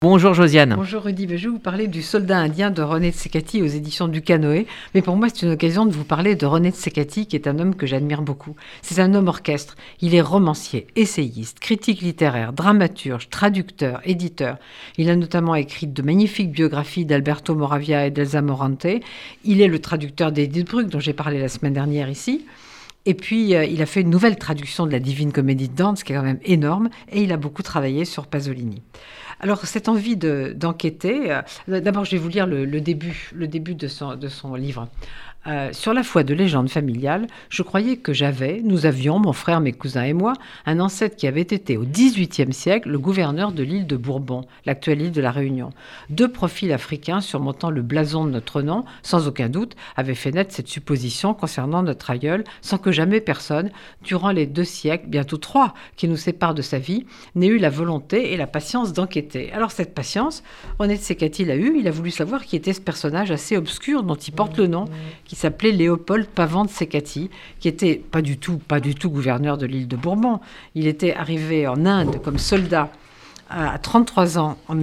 Bonjour Josiane. Bonjour Rudy, je vais vous parler du Soldat indien de René Tsekati aux éditions du Canoë. Mais pour moi, c'est une occasion de vous parler de René Tsekati, qui est un homme que j'admire beaucoup. C'est un homme orchestre. Il est romancier, essayiste, critique littéraire, dramaturge, traducteur, éditeur. Il a notamment écrit de magnifiques biographies d'Alberto Moravia et d'Elsa Morante. Il est le traducteur d'Edith Bruck, dont j'ai parlé la semaine dernière ici. Et puis, il a fait une nouvelle traduction de la Divine Comédie de Dante, ce qui est quand même énorme, et il a beaucoup travaillé sur Pasolini. Alors, cette envie d'enquêter, d'abord, je vais vous lire le début de son livre. Sur la foi de légende familiale, je croyais que nous avions, mon frère, mes cousins et moi, un ancêtre qui avait été au XVIIIe siècle le gouverneur de l'île de Bourbon, l'actuelle île de la Réunion. Deux profils africains surmontant le blason de notre nom, sans aucun doute, avaient fait naître cette supposition concernant notre aïeul, sans que jamais personne, durant les 2 siècles, bientôt 3, qui nous séparent de sa vie, n'ait eu la volonté et la patience d'enquêter. Alors cette patience, René Tsekati l'a eu, il a voulu savoir qui était ce personnage assez obscur dont il porte le nom, qui s'appelait Léopold Pavant de Tsekati, qui était pas du tout gouverneur de l'île de Bourbon. Il était arrivé en Inde comme soldat à 33 ans en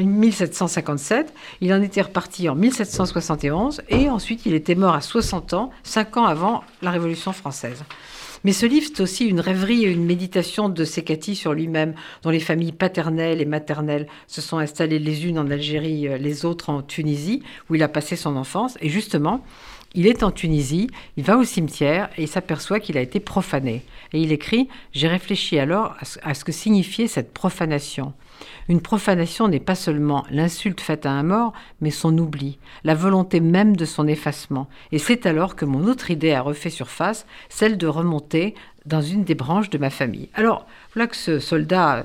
1757. Il en était reparti en 1771 et ensuite il était mort à 60 ans, 5 ans avant la Révolution française. Mais ce livre, c'est aussi une rêverie et une méditation de Tsekati sur lui-même, dont les familles paternelles et maternelles se sont installées les unes en Algérie, les autres en Tunisie, où il a passé son enfance. Et justement, il est en Tunisie, il va au cimetière et il s'aperçoit qu'il a été profané. Et il écrit « J'ai réfléchi alors à ce que signifiait cette profanation. Une profanation n'est pas seulement l'insulte faite à un mort, mais son oubli, la volonté même de son effacement. Et c'est alors que mon autre idée a refait surface, celle de remonter dans une des branches de ma famille. » Alors, voilà que ce soldat,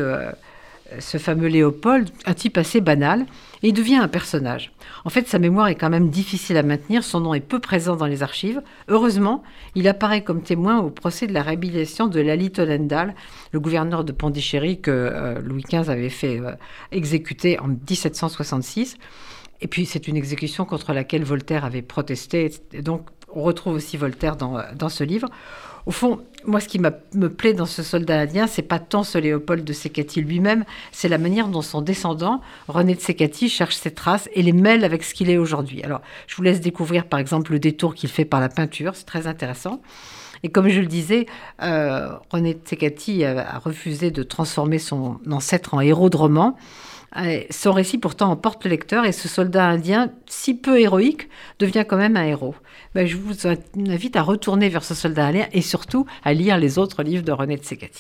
ce fameux Léopold, un type assez banal, et il devient un personnage. En fait, sa mémoire est quand même difficile à maintenir, son nom est peu présent dans les archives. Heureusement, il apparaît comme témoin au procès de la réhabilitation de Lali Tollendal, le gouverneur de Pondichéry que Louis XV avait fait exécuter en 1766. Et puis, c'est une exécution contre laquelle Voltaire avait protesté. Et donc, on retrouve aussi Voltaire dans ce livre. Au fond, moi, ce qui me plaît dans ce soldat indien, c'est pas tant ce Léopold de Tsekati lui-même, c'est la manière dont son descendant, René Tsekati, cherche ses traces et les mêle avec ce qu'il est aujourd'hui. Alors, je vous laisse découvrir, par exemple, le détour qu'il fait par la peinture, c'est très intéressant. Et comme je le disais, René Tsekati a refusé de transformer son ancêtre en héros de roman. Son récit pourtant emporte le lecteur et ce soldat indien, si peu héroïque, devient quand même un héros. Je vous invite à retourner vers ce soldat indien et surtout à lire les autres livres de René Tsekati.